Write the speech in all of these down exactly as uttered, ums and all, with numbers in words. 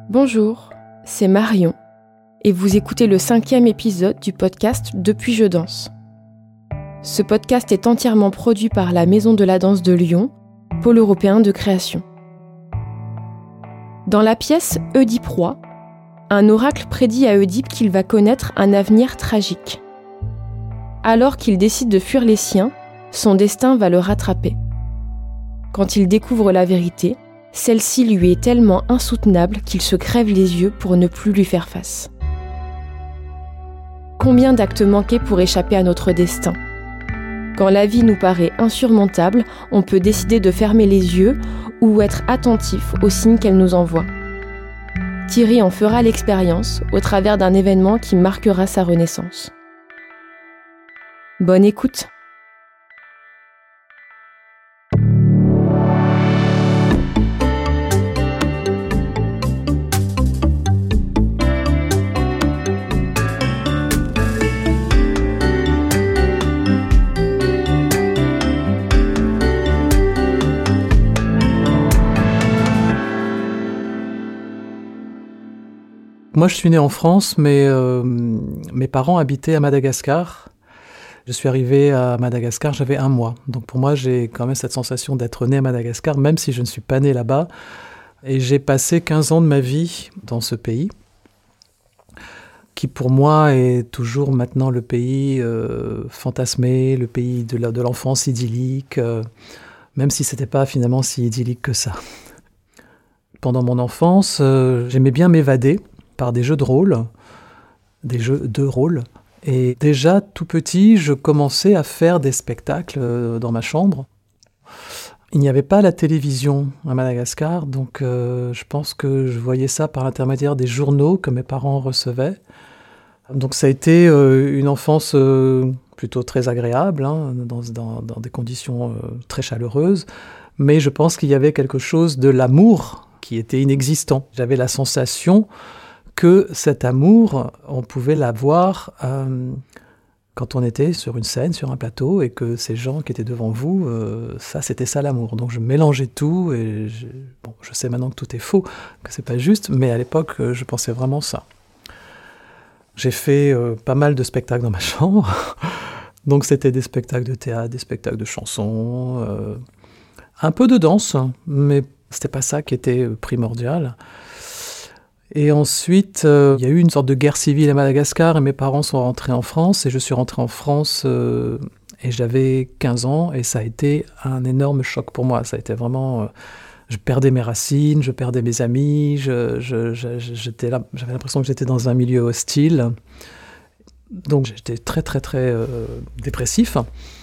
Bonjour, c'est Marion et vous écoutez le cinquième épisode du podcast Depuis je danse. Ce podcast est entièrement produit par la Maison de la Danse de Lyon, pôle européen de création. Dans la pièce Oedipe roi, un oracle prédit à Oedipe qu'il va connaître un avenir tragique. Alors qu'il décide de fuir les siens, son destin va le rattraper. Quand il découvre la vérité, celle-ci lui est tellement insoutenable qu'il se crève les yeux pour ne plus lui faire face. Combien d'actes manqués pour échapper à notre destin ? Quand la vie nous paraît insurmontable, on peut décider de fermer les yeux ou être attentif aux signes qu'elle nous envoie. Thierry en fera l'expérience au travers d'un événement qui marquera sa renaissance. Bonne écoute! Moi, je suis né en France, mais euh, mes parents habitaient à Madagascar. Je suis arrivé à Madagascar, j'avais un mois. Donc pour moi, j'ai quand même cette sensation d'être né à Madagascar, même si je ne suis pas né là-bas. Et j'ai passé quinze ans de ma vie dans ce pays, qui pour moi est toujours maintenant le pays euh, fantasmé, le pays de, la, de l'enfance idyllique, euh, même si ce n'était pas finalement si idyllique que ça. Pendant mon enfance, euh, j'aimais bien m'évader par des jeux de rôle, des jeux de rôle. Et déjà, tout petit, je commençais à faire des spectacles dans ma chambre. Il n'y avait pas la télévision à Madagascar, donc euh, je pense que je voyais ça par l'intermédiaire des journaux que mes parents recevaient. Donc ça a été euh, une enfance euh, plutôt très agréable, hein, dans, dans, dans des conditions euh, très chaleureuses. Mais je pense qu'il y avait quelque chose de l'amour qui était inexistant. J'avais la sensation que cet amour, on pouvait l'avoir euh, quand on était sur une scène, sur un plateau, et que ces gens qui étaient devant vous, euh, ça, c'était ça l'amour. Donc je mélangeais tout, et je, bon, je sais maintenant que tout est faux, que c'est pas juste, mais à l'époque, je pensais vraiment ça. J'ai fait euh, pas mal de spectacles dans ma chambre, donc c'était des spectacles de théâtre, des spectacles de chansons, euh, un peu de danse, mais c'était pas ça qui était primordial. Et ensuite, euh, il y a eu une sorte de guerre civile à Madagascar et mes parents sont rentrés en France et je suis rentré en France euh, et j'avais quinze ans et ça a été un énorme choc pour moi. Ça a été vraiment... Euh, je perdais mes racines, je perdais mes amis, je, je, je, j'étais là, j'avais l'impression que j'étais dans un milieu hostile. Donc j'étais très très très euh, dépressif.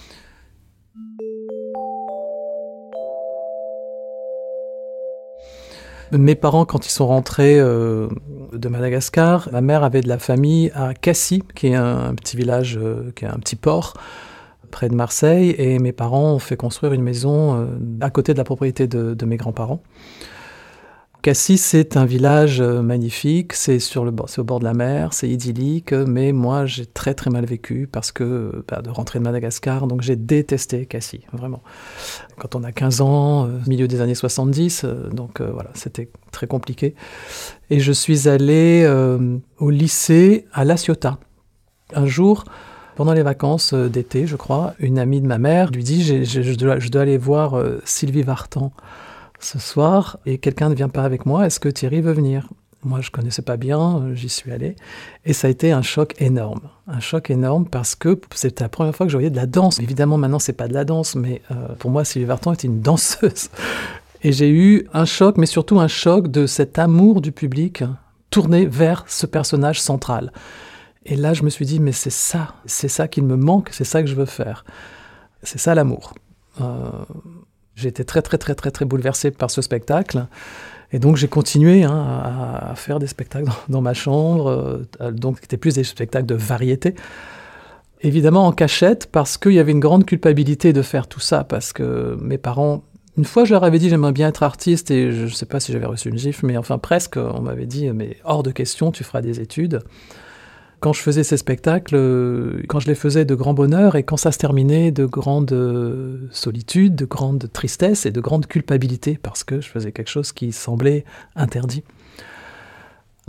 Mes parents, quand ils sont rentrés euh, de Madagascar, ma mère avait de la famille à Cassis, qui est un, un petit village, euh, qui est un petit port près de Marseille, et mes parents ont fait construire une maison euh, à côté de la propriété de, de mes grands-parents. Cassis, c'est un village euh, magnifique, c'est, sur le, c'est au bord de la mer, c'est idyllique, mais moi j'ai très très mal vécu parce que bah, de rentrer de Madagascar, donc j'ai détesté Cassis, vraiment. Quand on a quinze ans, euh, milieu des années soixante-dix, euh, donc euh, voilà, c'était très compliqué. Et je suis allé euh, au lycée à La Ciotat. Un jour, pendant les vacances euh, d'été, je crois, une amie de ma mère lui dit j'ai, j'ai, je, dois, je dois aller voir euh, Sylvie Vartan ce soir, et quelqu'un ne vient pas avec moi, est-ce que Thierry veut venir ? Moi, je ne connaissais pas bien, j'y suis allé, et ça a été un choc énorme. Un choc énorme parce que c'était la première fois que je voyais de la danse. Évidemment, maintenant, ce n'est pas de la danse, mais euh, pour moi, Sylvie Vartan était une danseuse. Et j'ai eu un choc, mais surtout un choc de cet amour du public tourné vers ce personnage central. Et là, je me suis dit, mais c'est ça, c'est ça qu'il me manque, c'est ça que je veux faire. C'est ça l'amour. Euh... J'ai été très, très, très, très, très bouleversé par ce spectacle. Et donc, j'ai continué hein, à, à faire des spectacles dans, dans ma chambre. Euh, donc, c'était plus des spectacles de variété. Évidemment, en cachette, parce qu'il y avait une grande culpabilité de faire tout ça. Parce que mes parents... Une fois, je leur avais dit j'aimerais bien être artiste. Et je ne sais pas si j'avais reçu une gifle, mais enfin, presque. On m'avait dit, mais hors de question, tu feras des études. Quand je faisais ces spectacles, quand je les faisais de grand bonheur et quand ça se terminait de grande solitude, de grande tristesse et de grande culpabilité parce que je faisais quelque chose qui semblait interdit.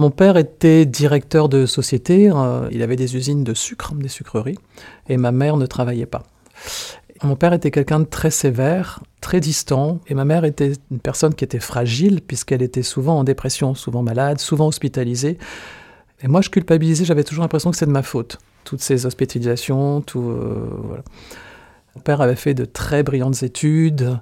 Mon père était directeur de société, euh, il avait des usines de sucre, des sucreries, et ma mère ne travaillait pas. Mon père était quelqu'un de très sévère, très distant, et ma mère était une personne qui était fragile, puisqu'elle était souvent en dépression, souvent malade, souvent hospitalisée. Et moi, je culpabilisais, j'avais toujours l'impression que c'était de ma faute. Toutes ces hospitalisations, tout... Euh, voilà. Mon père avait fait de très brillantes études,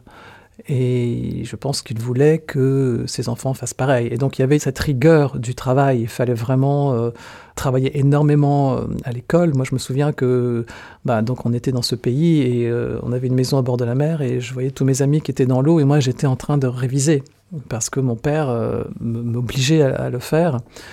et je pense qu'il voulait que ses enfants fassent pareil. Et donc il y avait cette rigueur du travail. Il fallait vraiment euh, travailler énormément euh, à l'école. Moi je me souviens que bah, donc on était dans ce pays et euh, on avait une maison à bord de la mer et je voyais tous mes amis qui étaient dans l'eau et moi j'étais en train de réviser parce que mon père euh, m'obligeait à, à le faire.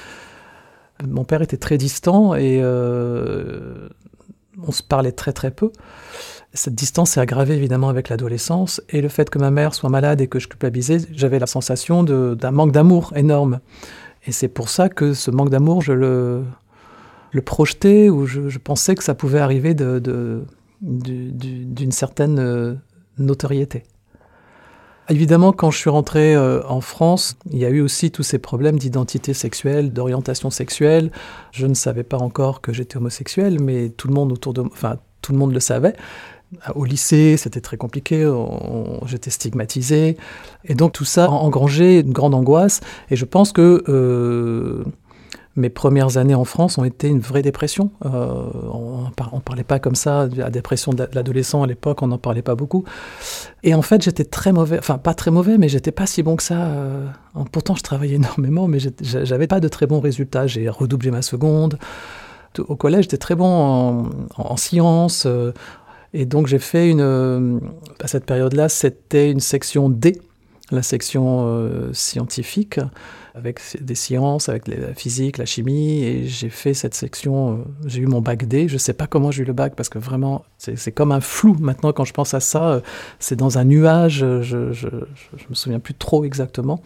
Mon père était très distant et euh, on se parlait très très peu. Cette distance s'est aggravée évidemment avec l'adolescence et le fait que ma mère soit malade et que je culpabilisais, j'avais la sensation de, d'un manque d'amour énorme. Et c'est pour ça que ce manque d'amour, je le, le projetais ou je, je pensais que ça pouvait arriver de, de, de, de, d'une certaine notoriété. Évidemment, quand je suis rentré euh, en France, il y a eu aussi tous ces problèmes d'identité sexuelle, d'orientation sexuelle. Je ne savais pas encore que j'étais homosexuel, mais tout le monde autour de, enfin, tout le monde le savait. Au lycée, c'était très compliqué, on, j'étais stigmatisé. Et donc tout ça a engrangé une grande angoisse. Et je pense que euh, mes premières années en France ont été une vraie dépression. Euh, on ne parlait pas comme ça de la dépression de l'adolescent à l'époque, on n'en parlait pas beaucoup. Et en fait, j'étais très mauvais, enfin pas très mauvais, mais j'étais pas si bon que ça. Euh, pourtant, je travaillais énormément, mais j'avais pas de très bons résultats. J'ai redoublé ma seconde. Au collège, j'étais très bon en, en, en sciences. Euh, et donc, j'ai fait une... À cette période-là, c'était une section D, la section euh, scientifique, avec des sciences, avec la physique, la chimie. Et j'ai fait cette section... Euh, j'ai eu mon bac D. Je ne sais pas comment j'ai eu le bac, parce que vraiment, c'est, c'est comme un flou. Maintenant, quand je pense à ça, euh, c'est dans un nuage. Je ne me souviens plus trop exactement.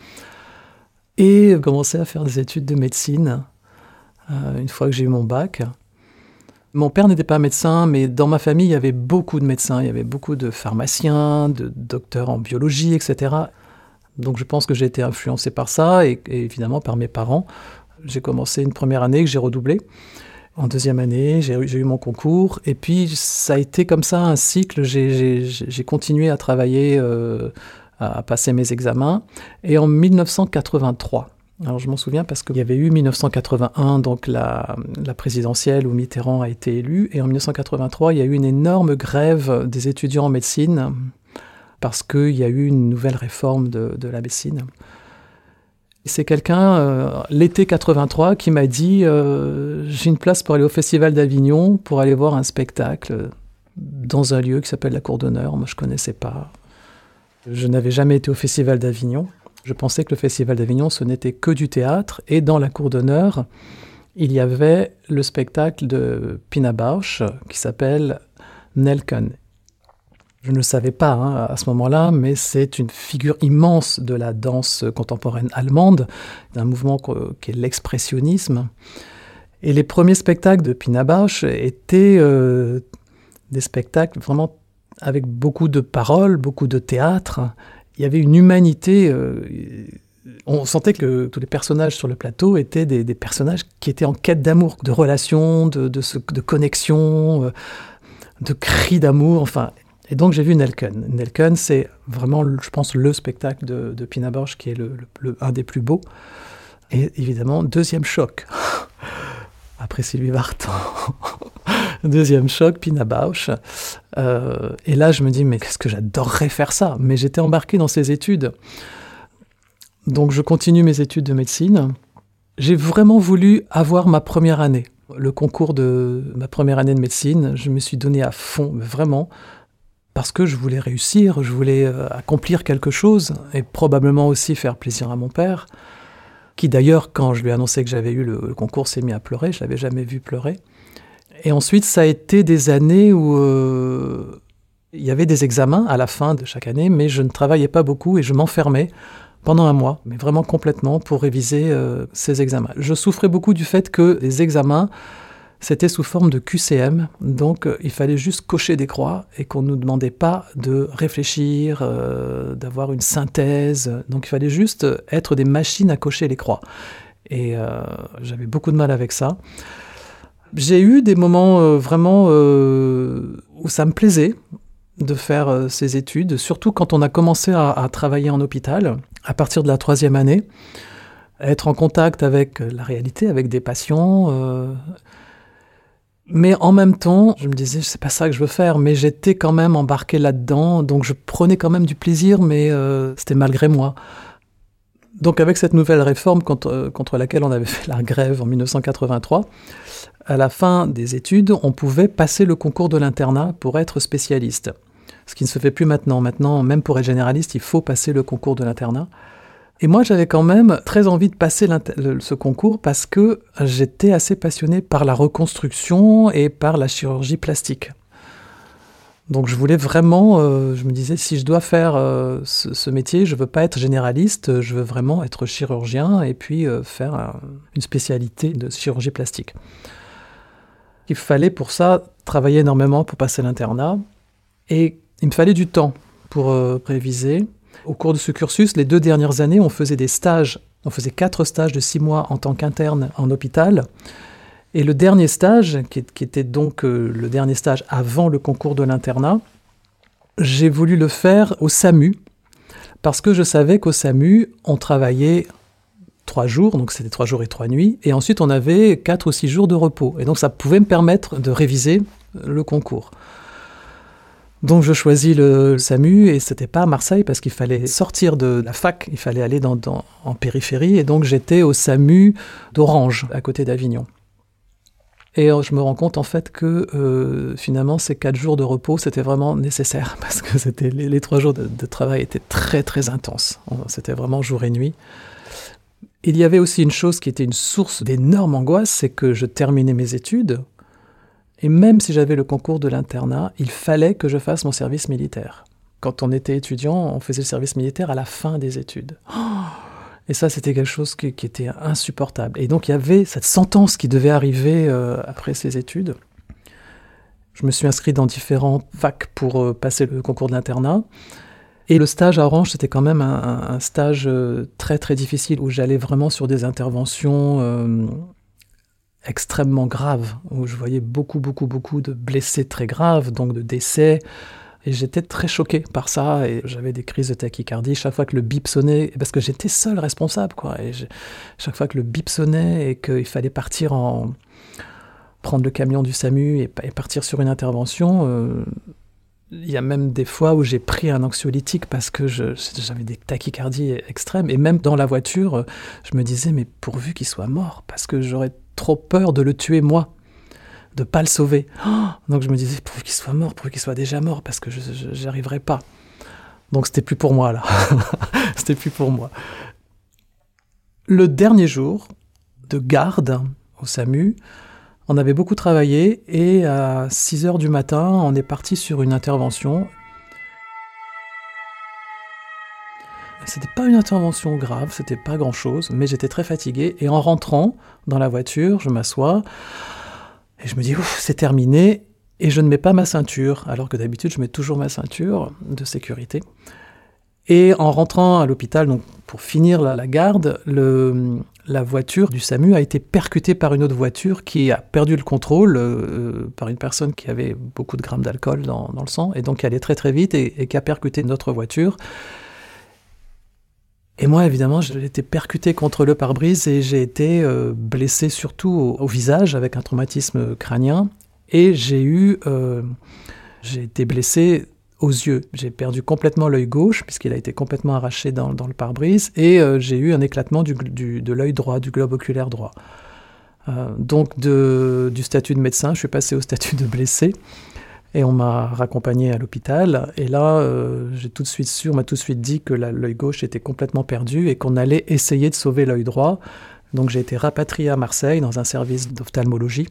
Et j'ai commencé à faire des études de médecine. Une fois que j'ai eu mon bac. Mon père n'était pas médecin, mais dans ma famille, il y avait beaucoup de médecins, il y avait beaucoup de pharmaciens, de docteurs en biologie, et cetera. Donc je pense que j'ai été influencé par ça, et, et évidemment par mes parents. J'ai commencé une première année que j'ai redoublé. En deuxième année, j'ai, j'ai eu mon concours, et puis ça a été comme ça un cycle. J'ai, j'ai, j'ai continué à travailler, euh, à passer mes examens. Et en dix-neuf cent quatre-vingt-trois, alors je m'en souviens parce qu'il y avait eu dix-neuf cent quatre-vingt-un, donc la, la présidentielle où Mitterrand a été élu, et en dix-neuf cent quatre-vingt-trois, il y a eu une énorme grève des étudiants en médecine parce qu'il y a eu une nouvelle réforme de, de la médecine. C'est quelqu'un, euh, l'été quatre-vingt-trois, qui m'a dit euh, « J'ai une place pour aller au Festival d'Avignon pour aller voir un spectacle dans un lieu qui s'appelle la Cour d'honneur. » Moi, je ne connaissais pas. Je n'avais jamais été au Festival d'Avignon. Je pensais que le Festival d'Avignon, ce n'était que du théâtre. Et dans la cour d'honneur, il y avait le spectacle de Pina Bausch qui s'appelle Nelken. Je ne le savais pas hein, à ce moment-là, mais c'est une figure immense de la danse contemporaine allemande, d'un mouvement qui est l'expressionnisme. Et les premiers spectacles de Pina Bausch étaient euh, des spectacles vraiment avec beaucoup de paroles, beaucoup de théâtre. Il y avait une humanité, euh, on sentait que tous les personnages sur le plateau étaient des, des personnages qui étaient en quête d'amour, de relations, de, de, de connexion, euh, de cris d'amour, enfin. Et donc j'ai vu Nelken. Nelken, c'est vraiment, je pense, le spectacle de, de Pina Bausch qui est le, le, le, un des plus beaux. Et évidemment, deuxième choc, après Sylvie Vartan. Deuxième choc, Pina Bausch. Euh, et là, je me dis, mais qu'est-ce que j'adorerais faire ça. Mais j'étais embarqué dans ces études. Donc, je continue mes études de médecine. J'ai vraiment voulu avoir ma première année. Le concours de ma première année de médecine, je me suis donné à fond, vraiment, parce que je voulais réussir, je voulais euh, accomplir quelque chose, et probablement aussi faire plaisir à mon père, qui d'ailleurs, quand je lui ai annoncé que j'avais eu le, le concours, s'est mis à pleurer. Je ne l'avais jamais vu pleurer. Et ensuite, ça a été des années où euh, il y avait des examens à la fin de chaque année, mais je ne travaillais pas beaucoup et je m'enfermais pendant un mois, mais vraiment complètement, pour réviser euh, ces examens. Je souffrais beaucoup du fait que les examens, c'était sous forme de Q C M, donc euh, il fallait juste cocher des croix et qu'on ne nous demandait pas de réfléchir, euh, d'avoir une synthèse. Donc il fallait juste être des machines à cocher les croix. Et euh, j'avais beaucoup de mal avec ça. J'ai eu des moments euh, vraiment euh, où ça me plaisait de faire euh, ces études, surtout quand on a commencé à, à travailler en hôpital, à partir de la troisième année, être en contact avec la réalité, avec des patients. Euh, mais en même temps, je me disais, c'est pas ça que je veux faire, mais j'étais quand même embarqué là-dedans, donc je prenais quand même du plaisir, mais euh, c'était malgré moi. Donc avec cette nouvelle réforme contre, contre laquelle on avait fait la grève en dix-neuf cent quatre-vingt-trois, à la fin des études, on pouvait passer le concours de l'internat pour être spécialiste. Ce qui ne se fait plus maintenant. Maintenant, même pour être généraliste, il faut passer le concours de l'internat. Et moi, j'avais quand même très envie de passer le, ce concours parce que j'étais assez passionné par la reconstruction et par la chirurgie plastique. Donc je voulais vraiment, euh, je me disais, si je dois faire euh, ce, ce métier, je ne veux pas être généraliste, je veux vraiment être chirurgien et puis euh, faire euh, une spécialité de chirurgie plastique. Il fallait pour ça travailler énormément pour passer l'internat et il me fallait du temps pour euh, réviser. Au cours de ce cursus, les deux dernières années, on faisait des stages, on faisait quatre stages de six mois en tant qu'interne en hôpital. Et le dernier stage, qui, qui était donc euh, le dernier stage avant le concours de l'internat, j'ai voulu le faire au SAMU, parce que je savais qu'au SAMU, on travaillait trois jours, donc c'était trois jours et trois nuits, et ensuite on avait quatre ou six jours de repos. Et donc ça pouvait me permettre de réviser le concours. Donc je choisis le SAMU, et c'était pas à Marseille, parce qu'il fallait sortir de la fac, il fallait aller dans, dans, en périphérie, et donc j'étais au SAMU d'Orange, à côté d'Avignon. Et je me rends compte en fait que euh, finalement ces quatre jours de repos c'était vraiment nécessaire parce que c'était, les, les trois jours de, de travail étaient très très intenses. C'était vraiment jour et nuit. Il y avait aussi une chose qui était une source d'énorme angoisse, c'est que je terminais mes études et même si j'avais le concours de l'internat, il fallait que je fasse mon service militaire. Quand on était étudiant, on faisait le service militaire à la fin des études. Oh, et ça, c'était quelque chose qui, qui était insupportable. Et donc, il y avait cette sentence qui devait arriver euh, après ces études. Je me suis inscrit dans différentes facs pour euh, passer le concours de l'internat. Et le stage à Orange, c'était quand même un, un, un stage euh, très, très difficile, où j'allais vraiment sur des interventions euh, extrêmement graves, où je voyais beaucoup, beaucoup, beaucoup de blessés très graves, donc de décès. Et j'étais très choqué par ça, et j'avais des crises de tachycardie chaque fois que le bip sonnait, parce que j'étais seul responsable, quoi. Et je, chaque fois que le bip sonnait et qu'il fallait partir en... prendre le camion du SAMU et, et partir sur une intervention, euh, il y a même des fois où j'ai pris un anxiolytique parce que je, j'avais des tachycardies extrêmes. Et même dans la voiture, je me disais, mais pourvu qu'il soit mort, parce que j'aurais trop peur de le tuer moi, de pas le sauver. Oh, donc je me disais, pourvu qu'il soit mort, pourvu qu'il soit déjà mort, parce que je n'y arriverais pas. Donc c'était plus pour moi, là. C'était plus pour moi. Le dernier jour de garde au SAMU, on avait beaucoup travaillé, et à six heures du matin, on est parti sur une intervention. C'était pas une intervention grave, c'était pas grand-chose, mais j'étais très fatigué, et en rentrant dans la voiture, je m'assois, et je me dis, ouf, c'est terminé, et je ne mets pas ma ceinture, alors que d'habitude, je mets toujours ma ceinture de sécurité. Et en rentrant à l'hôpital, donc pour finir la, la garde, le, la voiture du SAMU a été percutée par une autre voiture qui a perdu le contrôle euh, par une personne qui avait beaucoup de grammes d'alcool dans, dans le sang, et donc qui allait très très vite et, et qui a percuté notre voiture. Et moi, évidemment, j'ai été percuté contre le pare-brise et j'ai été euh, blessé surtout au, au visage avec un traumatisme crânien. Et j'ai eu, euh, j'ai été blessé aux yeux. J'ai perdu complètement l'œil gauche puisqu'il a été complètement arraché dans, dans le pare-brise. Et euh, j'ai eu un éclatement du, du, de l'œil droit, du globe oculaire droit. Euh, donc de, du statut de médecin, je suis passé au statut de blessé. Et on m'a raccompagné à l'hôpital. Et là, euh, j'ai tout de suite su, on m'a tout de suite dit que la, l'œil gauche était complètement perdu et qu'on allait essayer de sauver l'œil droit. Donc j'ai été rapatrié à Marseille dans un service d'ophtalmologie.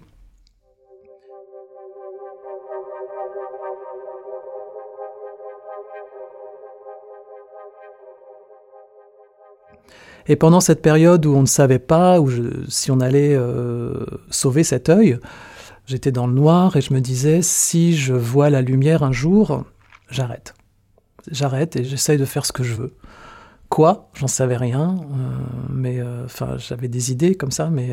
Et pendant cette période où on ne savait pas où je, si on allait euh, sauver cet œil, j'étais dans le noir et je me disais, si je vois la lumière un jour, j'arrête. J'arrête et j'essaye de faire ce que je veux. Quoi ? J'en savais rien, euh, mais enfin, euh, j'avais des idées comme ça, mais... Euh,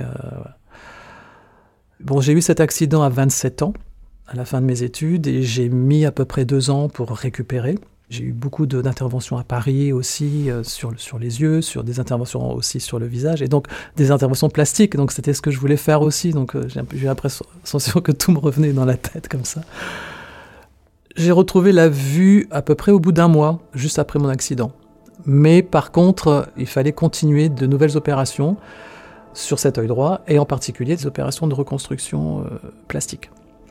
bon, j'ai eu cet accident à vingt-sept ans, à la fin de mes études, et j'ai mis à peu près deux ans pour récupérer. J'ai eu beaucoup de, d'interventions à Paris aussi, euh, sur, sur les yeux, sur des interventions aussi sur le visage, et donc des interventions plastiques, donc c'était ce que je voulais faire aussi, donc euh, j'ai, j'ai l'impression que tout me revenait dans la tête comme ça. J'ai retrouvé la vue à peu près au bout d'un mois, juste après mon accident. Mais par contre, il fallait continuer de nouvelles opérations sur cet œil droit, et en particulier des opérations de reconstruction euh, plastique.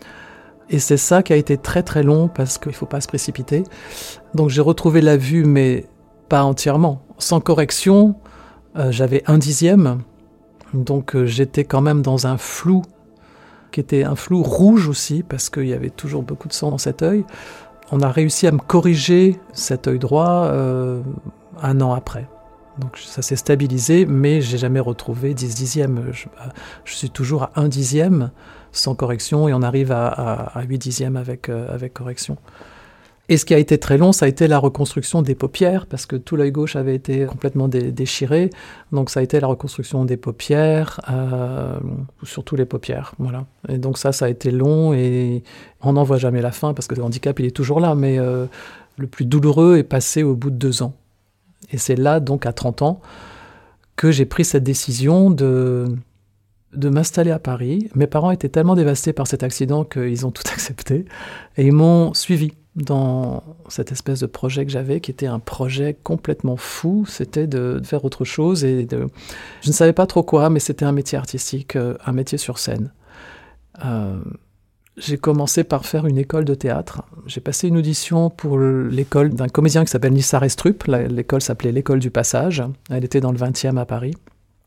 Et c'est ça qui a été très très long, parce qu'il ne faut pas se précipiter. Donc j'ai retrouvé la vue, mais pas entièrement. Sans correction, euh, j'avais un dixième, donc euh, j'étais quand même dans un flou, qui était un flou rouge aussi, parce qu'il y avait toujours beaucoup de sang dans cet œil. On a réussi à me corriger cet œil droit euh, un an après. Donc ça s'est stabilisé, mais j'ai jamais retrouvé dix dixièmes. Je, je suis toujours à un dixième sans correction, et on arrive à, à, à huit dixièmes avec, euh, avec correction. Et ce qui a été très long, ça a été la reconstruction des paupières, parce que tout l'œil gauche avait été complètement dé- déchiré. Donc ça a été la reconstruction des paupières, euh, surtout les paupières, voilà. Et donc ça, ça a été long, et on n'en voit jamais la fin, parce que le handicap, il est toujours là, mais euh, le plus douloureux est passé au bout de deux ans. Et c'est là, donc à trente ans, que j'ai pris cette décision de, de m'installer à Paris. Mes parents étaient tellement dévastés par cet accident qu'ils ont tout accepté, et ils m'ont suivi dans cette espèce de projet que j'avais, qui était un projet complètement fou. C'était de, de faire autre chose, et de... je ne savais pas trop quoi, mais c'était un métier artistique, un métier sur scène. Euh, j'ai commencé par faire une école de théâtre. J'ai passé une audition pour l'école d'un comédien qui s'appelle Nissar Estrup. L'école s'appelait l'École du Passage. Elle était dans le vingtième à Paris.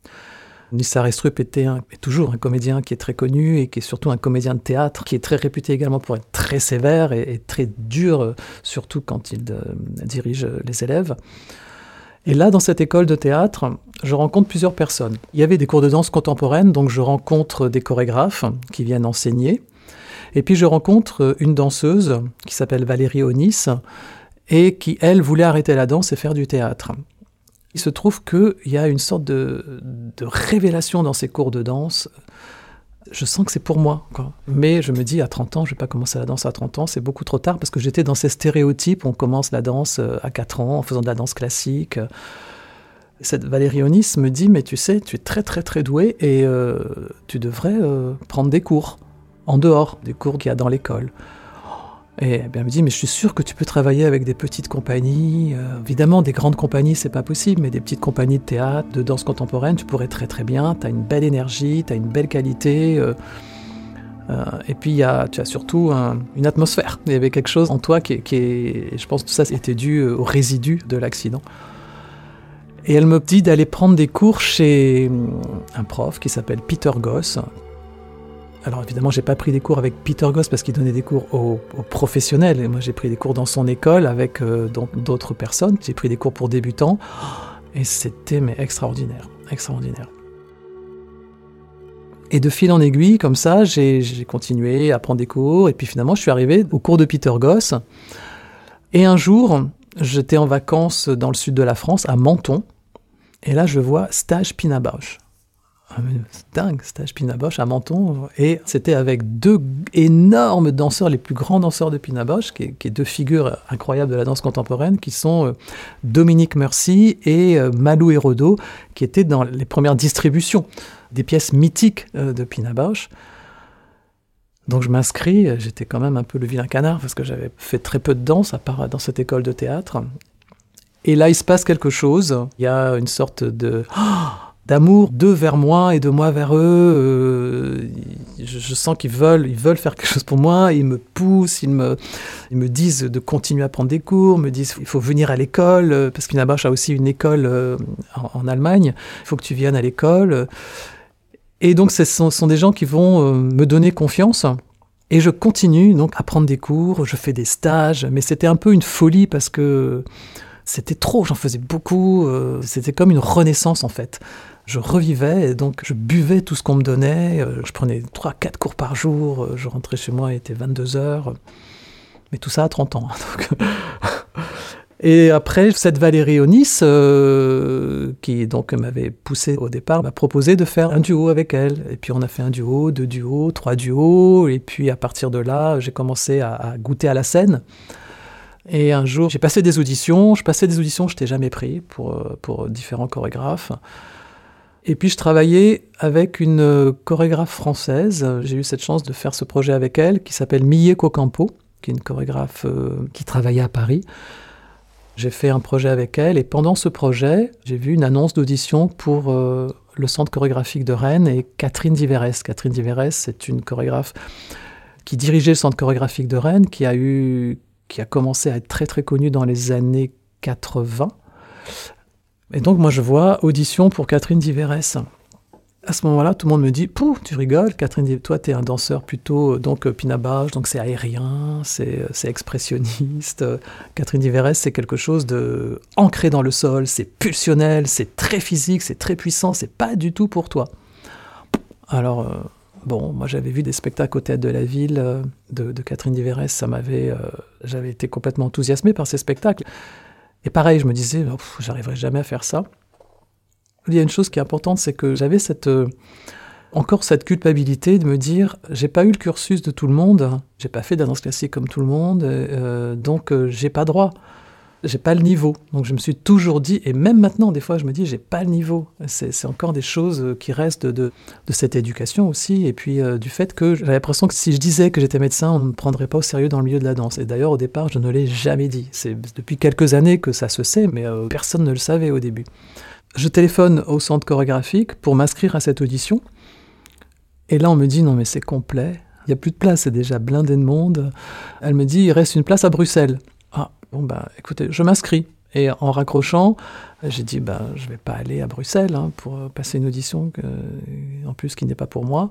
Nissar Estrup était un, est toujours un comédien qui est très connu, et qui est surtout un comédien de théâtre, qui est très réputé également pour être très sévère et, et très dur, surtout quand il euh, dirige les élèves. Et là, dans cette école de théâtre, je rencontre plusieurs personnes. Il y avait des cours de danse contemporaine, donc je rencontre des chorégraphes qui viennent enseigner. Et puis je rencontre une danseuse qui s'appelle Valérie Onis, et qui, elle, voulait arrêter la danse et faire du théâtre. Il se trouve qu'il y a une sorte de, de révélation dans ces cours de danse. Je sens que c'est pour moi, quoi. Mais je me dis, à trente ans, je ne vais pas commencer la danse à trente ans, c'est beaucoup trop tard, parce que j'étais dans ces stéréotypes, on commence la danse à quatre ans, en faisant de la danse classique. Cette Valérie Onis me dit, mais tu sais, tu es très très très douée, et euh, tu devrais euh, prendre des cours, en dehors des cours qu'il y a dans l'école. Et bien, elle me dit, mais je suis sûre que tu peux travailler avec des petites compagnies. Euh, évidemment, des grandes compagnies, c'est pas possible, mais des petites compagnies de théâtre, de danse contemporaine, tu pourrais très très bien. Tu as une belle énergie, tu as une belle qualité. Euh, euh, et puis, y a, tu as surtout un, une atmosphère. Il y avait quelque chose en toi qui, qui est... Je pense que tout ça était dû au résidu de l'accident. Et elle me dit d'aller prendre des cours chez un prof qui s'appelle Peter Goss. Alors évidemment, j'ai pas pris des cours avec Peter Goss parce qu'il donnait des cours aux, aux professionnels. Et moi, j'ai pris des cours dans son école avec euh, d'autres personnes. J'ai pris des cours pour débutants. Et c'était mais extraordinaire, extraordinaire. Et de fil en aiguille, comme ça, j'ai, j'ai continué à prendre des cours. Et puis finalement, je suis arrivé au cours de Peter Goss. Et un jour, j'étais en vacances dans le sud de la France, à Menton. Et là, je vois stage Pina Bausch. C'est dingue, stage Pina Bausch à Menton. Et c'était avec deux énormes danseurs, les plus grands danseurs de Pina Bausch, qui est, qui est deux figures incroyables de la danse contemporaine, qui sont euh, Dominique Mercy et euh, Malou Hérodeau, qui étaient dans les premières distributions des pièces mythiques euh, de Pina Bausch. Donc je m'inscris, j'étais quand même un peu le vilain canard, parce que j'avais fait très peu de danse, à part dans cette école de théâtre. Et là, il se passe quelque chose. Il y a une sorte de... Oh d'amour d'eux vers moi et de moi vers eux. Euh, je, je sens qu'ils veulent, ils veulent faire quelque chose pour moi. Ils me poussent, ils me, ils me disent de continuer à prendre des cours, me disent il faut venir à l'école, parce que Pina Bausch a aussi une école euh, en, en Allemagne. Il faut que tu viennes à l'école. Et donc, ce sont, sont des gens qui vont euh, me donner confiance. Et je continue donc à prendre des cours, je fais des stages, mais c'était un peu une folie parce que c'était trop, j'en faisais beaucoup. Euh, c'était comme une renaissance en fait. Je revivais, et donc je buvais tout ce qu'on me donnait. Je prenais trois quatre cours par jour. Je rentrais chez moi, il était vingt-deux heures. Mais tout ça à trente ans. Donc Et après, cette Valérie Onis, euh, qui donc m'avait poussé au départ, m'a proposé de faire un duo avec elle. Et puis on a fait un duo, deux duos, trois duos. Et puis à partir de là, j'ai commencé à, à goûter à la scène. Et un jour, j'ai passé des auditions. Je passais des auditions, je n'étais jamais pris pour, pour différents chorégraphes. Et puis je travaillais avec une chorégraphe française. J'ai eu cette chance de faire ce projet avec elle, qui s'appelle Millet Cocampo, qui est une chorégraphe euh, qui travaillait à Paris. J'ai fait un projet avec elle, et pendant ce projet, j'ai vu une annonce d'audition pour euh, le Centre chorégraphique de Rennes et Catherine Diverès. Catherine Diverès, c'est une chorégraphe qui dirigeait le Centre chorégraphique de Rennes, qui a, eu, qui a commencé à être très très connue dans les années quatre-vingts. Et donc moi je vois audition pour Catherine Diverès. À ce moment-là, tout le monde me dit « Pouh, tu rigoles, Catherine, toi t'es un danseur plutôt donc pinabage, donc c'est aérien, c'est, c'est expressionniste. Catherine Diverès, c'est quelque chose de ancré dans le sol, c'est pulsionnel, c'est très physique, c'est très puissant, c'est pas du tout pour toi. » Alors, euh, bon, moi j'avais vu des spectacles au Théâtre de la Ville euh, de, de Catherine Diverès, ça m'avait, euh, j'avais été complètement enthousiasmé par ces spectacles. Et pareil, je me disais, oh, j'arriverai jamais à faire ça. Il y a une chose qui est importante, c'est que j'avais cette, euh, encore cette culpabilité de me dire, j'ai pas eu le cursus de tout le monde, j'ai pas fait de la danse classique comme tout le monde, euh, donc euh, j'ai pas droit, j'ai pas le niveau. Donc je me suis toujours dit, et même maintenant, des fois, je me dis, j'ai pas le niveau. C'est, c'est encore des choses qui restent de, de, de cette éducation aussi, et puis euh, du fait que j'avais l'impression que si je disais que j'étais médecin, on ne me prendrait pas au sérieux dans le milieu de la danse. Et d'ailleurs, au départ, je ne l'ai jamais dit. C'est depuis quelques années que ça se sait, mais euh, personne ne le savait au début. Je téléphone au centre chorégraphique pour m'inscrire à cette audition. Et là, on me dit, non mais c'est complet, il n'y a plus de place, c'est déjà blindé de monde. Elle me dit, il reste une place à Bruxelles. Ah, bon bah écoutez, je m'inscris. Et en raccrochant, j'ai dit, bah, je ne vais pas aller à Bruxelles hein, pour passer une audition, que, en plus qui n'est pas pour moi.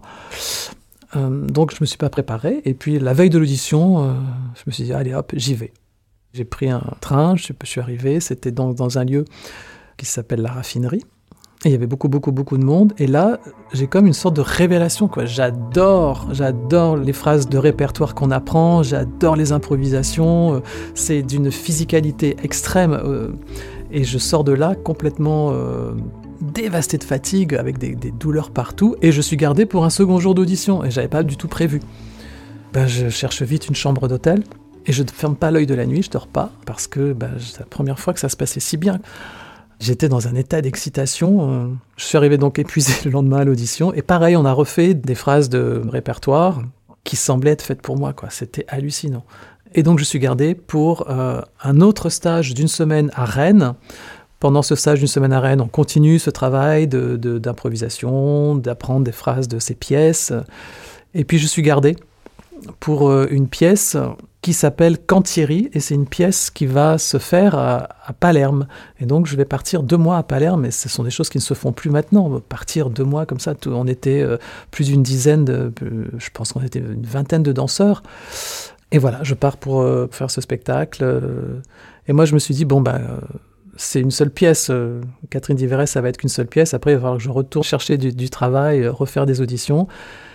Euh, donc je ne me suis pas préparé. Et puis la veille de l'audition, euh, je me suis dit, allez hop, j'y vais. J'ai pris un train, je suis, je suis arrivé, c'était dans, dans un lieu qui s'appelle la Raffinerie. Et il y avait beaucoup, beaucoup, beaucoup de monde. Et là, j'ai comme une sorte de révélation, quoi. J'adore, j'adore les phrases de répertoire qu'on apprend, j'adore les improvisations. C'est d'une physicalité extrême. Et je sors de là complètement euh, dévasté de fatigue, avec des, des douleurs partout. Et je suis gardé pour un second jour d'audition. Et je n'avais pas du tout prévu. Ben, je cherche vite une chambre d'hôtel. Et je ne ferme pas l'œil de la nuit, je ne dors pas. Parce que ben, c'est la première fois que ça se passait si bien. J'étais dans un état d'excitation. Je suis arrivé donc épuisé le lendemain à l'audition. Et pareil, on a refait des phrases de répertoire qui semblaient être faites pour moi, quoi. C'était hallucinant. Et donc, je suis gardé pour euh, un autre stage d'une semaine à Rennes. Pendant ce stage d'une semaine à Rennes, on continue ce travail de, de, d'improvisation, d'apprendre des phrases de ces pièces. Et puis, je suis gardé pour euh, une pièce qui s'appelle Cantieri, et c'est une pièce qui va se faire à, à Palerme. Et donc, je vais partir deux mois à Palerme, et ce sont des choses qui ne se font plus maintenant. Partir deux mois comme ça, tout, on était euh, plus d'une dizaine, de, je pense qu'on était une vingtaine de danseurs. Et voilà, je pars pour euh, faire ce spectacle. Euh, et moi, je me suis dit, bon, bah, euh, c'est une seule pièce. Euh, Catherine Diverès, ça va être qu'une seule pièce. Après, il va falloir que je retourne chercher du, du travail, euh, refaire des auditions.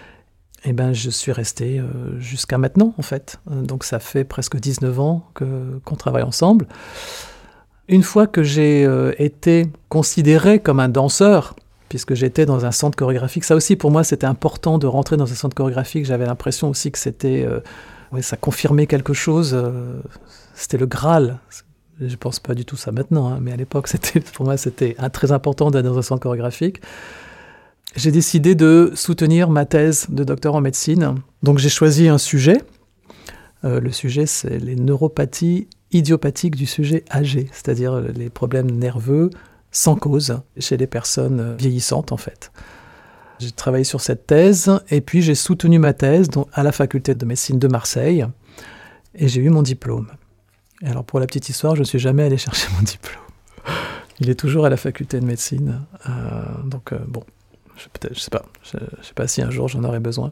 Et ben, je suis resté euh, jusqu'à maintenant, en fait. Donc, ça fait presque dix-neuf ans que, qu'on travaille ensemble. Une fois que j'ai euh, été considéré comme un danseur, puisque j'étais dans un centre chorégraphique, ça aussi, pour moi, c'était important de rentrer dans un centre chorégraphique. J'avais l'impression aussi que c'était... Euh, ouais, ça confirmait quelque chose. Euh, c'était le Graal. Je pense pas du tout ça maintenant, hein, mais à l'époque, c'était, pour moi, c'était un, très important d'être dans un centre chorégraphique. J'ai décidé de soutenir ma thèse de docteur en médecine. Donc j'ai choisi un sujet. Euh, le sujet, c'est les neuropathies idiopathiques du sujet âgé, c'est-à-dire les problèmes nerveux sans cause chez les personnes vieillissantes, en fait. J'ai travaillé sur cette thèse, et puis j'ai soutenu ma thèse donc, à la faculté de médecine de Marseille, et j'ai eu mon diplôme. Et alors pour la petite histoire, je ne suis jamais allé chercher mon diplôme. Il est toujours à la faculté de médecine. Euh, donc euh, bon... Je, peut-être, je sais pas, je, je sais pas si un jour j'en aurai besoin.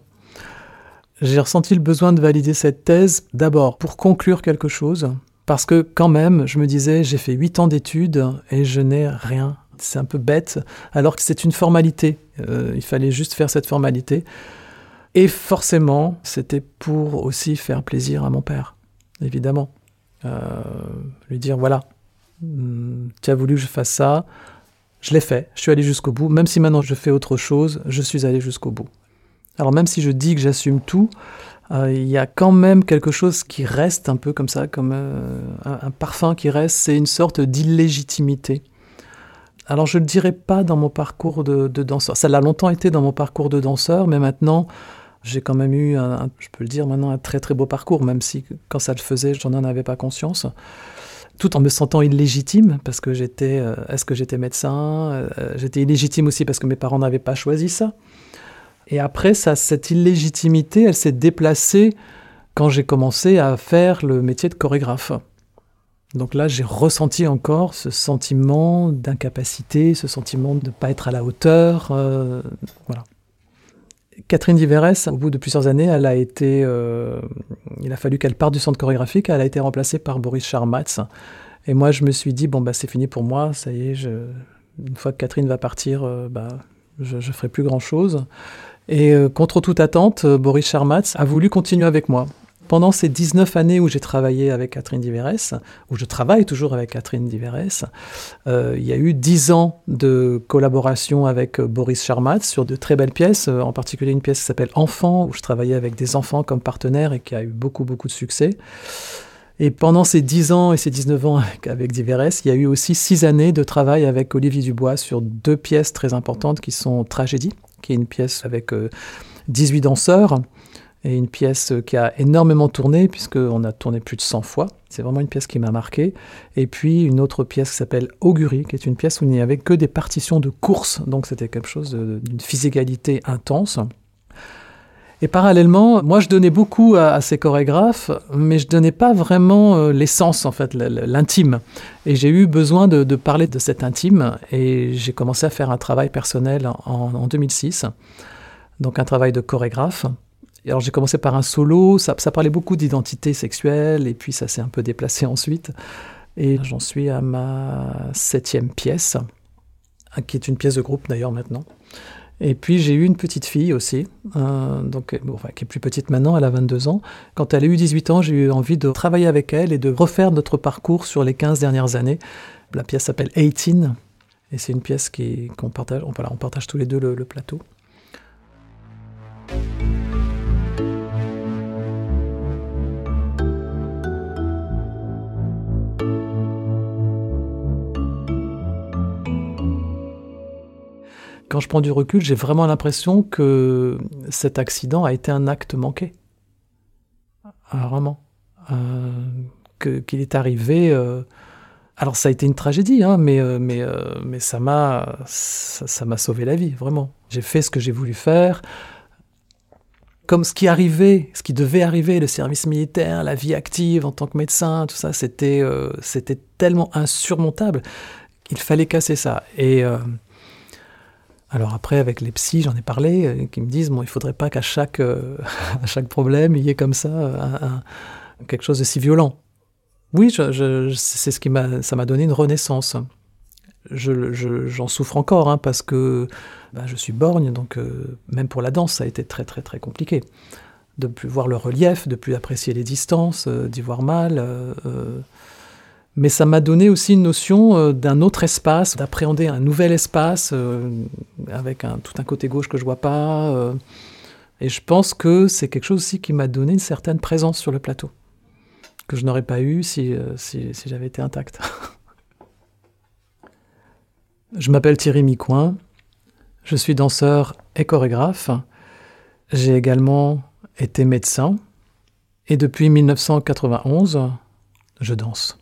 J'ai ressenti le besoin de valider cette thèse, d'abord pour conclure quelque chose, parce que quand même, je me disais, j'ai fait huit ans d'études et je n'ai rien. C'est un peu bête, alors que c'est une formalité. Euh, il fallait juste faire cette formalité. Et forcément, c'était pour aussi faire plaisir à mon père, évidemment. Euh, lui dire, voilà, tu as voulu que je fasse ça, je l'ai fait, je suis allé jusqu'au bout. Même si maintenant je fais autre chose, je suis allé jusqu'au bout. Alors même si je dis que j'assume tout, euh, il y a quand même quelque chose qui reste un peu comme ça, comme euh, un, un parfum qui reste, c'est une sorte d'illégitimité. Alors je ne le dirais pas dans mon parcours de, de danseur, ça l'a longtemps été dans mon parcours de danseur, mais maintenant j'ai quand même eu, un, un, je peux le dire maintenant, un très très beau parcours, même si quand ça le faisait, je n'en avais pas conscience. Tout en me sentant illégitime, parce que j'étais, euh, est-ce que j'étais médecin euh, J'étais illégitime aussi parce que mes parents n'avaient pas choisi ça. Et après, ça, cette illégitimité, elle s'est déplacée quand j'ai commencé à faire le métier de chorégraphe. Donc là, j'ai ressenti encore ce sentiment d'incapacité, ce sentiment de ne pas être à la hauteur. Euh, voilà. Catherine Diverès, au bout de plusieurs années, elle a été, euh, il a fallu qu'elle parte du centre chorégraphique, elle a été remplacée par Boris Charmatz. Et moi, je me suis dit, bon, bah, c'est fini pour moi, ça y est, je, une fois que Catherine va partir, euh, bah, je ne ferai plus grand-chose. Et euh, contre toute attente, euh, Boris Charmatz a voulu continuer avec moi. Pendant ces dix-neuf années où j'ai travaillé avec Catherine Diverès, où je travaille toujours avec Catherine Diverès, euh, il y a eu dix ans de collaboration avec euh, Boris Charmatz sur de très belles pièces, euh, en particulier une pièce qui s'appelle Enfants, où je travaillais avec des enfants comme partenaires et qui a eu beaucoup, beaucoup de succès. Et pendant ces dix ans et ces dix-neuf ans avec, avec Diverès, il y a eu aussi six années de travail avec Olivier Dubois sur deux pièces très importantes qui sont Tragédie, qui est une pièce avec euh, dix-huit danseurs, et une pièce qui a énormément tourné, puisqu'on a tourné plus de cent fois. C'est vraiment une pièce qui m'a marqué. Et puis une autre pièce qui s'appelle Augurie, qui est une pièce où il n'y avait que des partitions de course, donc c'était quelque chose de, d'une physicalité intense. Et parallèlement, moi je donnais beaucoup à, à ces chorégraphes, mais je donnais pas vraiment euh, l'essence, en fait, l'intime. Et j'ai eu besoin de, de parler de cet intime, et j'ai commencé à faire un travail personnel en, en deux mille six, donc un travail de chorégraphe. Et alors j'ai commencé par un solo, ça, ça parlait beaucoup d'identité sexuelle, et puis ça s'est un peu déplacé ensuite. Et j'en suis à ma septième pièce, qui est une pièce de groupe d'ailleurs maintenant. Et puis j'ai eu une petite fille aussi, euh, donc, bon, enfin, qui est plus petite maintenant, elle a vingt-deux ans. Quand elle a eu dix-huit ans, j'ai eu envie de travailler avec elle et de refaire notre parcours sur les quinze dernières années. La pièce s'appelle dix-huit, et c'est une pièce qui, qu'on partage, on, voilà, on partage tous les deux le, le plateau. Quand je prends du recul, j'ai vraiment l'impression que cet accident a été un acte manqué. Ah, vraiment. Euh, que, qu'il est arrivé... Euh... Alors ça a été une tragédie, hein, mais, euh, mais, euh, mais ça m'a, ça, ça m'a sauvé la vie, vraiment. J'ai fait ce que j'ai voulu faire. Comme ce qui arrivait, ce qui devait arriver, le service militaire, la vie active en tant que médecin, tout ça, c'était, euh, c'était tellement insurmontable qu'il fallait casser ça. Et... Euh, Alors après, avec les psys, j'en ai parlé, euh, qui me disent, bon, il ne faudrait pas qu'à chaque, euh, à chaque problème, il y ait comme ça un, un, quelque chose de si violent. Oui, je, je, c'est ce qui m'a, ça m'a donné une renaissance. Je, je, j'en souffre encore, hein, parce que bah, je suis borgne, donc euh, même pour la danse, ça a été très très très compliqué. De ne plus voir le relief, de ne plus apprécier les distances, euh, d'y voir mal... Euh, euh, Mais ça m'a donné aussi une notion euh, d'un autre espace, d'appréhender un nouvel espace, euh, avec un, tout un côté gauche que je ne vois pas. Euh, et je pense que c'est quelque chose aussi qui m'a donné une certaine présence sur le plateau, que je n'aurais pas eu si, euh, si, si j'avais été intact. Je m'appelle Thierry Micoin, je suis danseur et chorégraphe. J'ai également été médecin, et depuis mille neuf cent quatre-vingt-onze, je danse.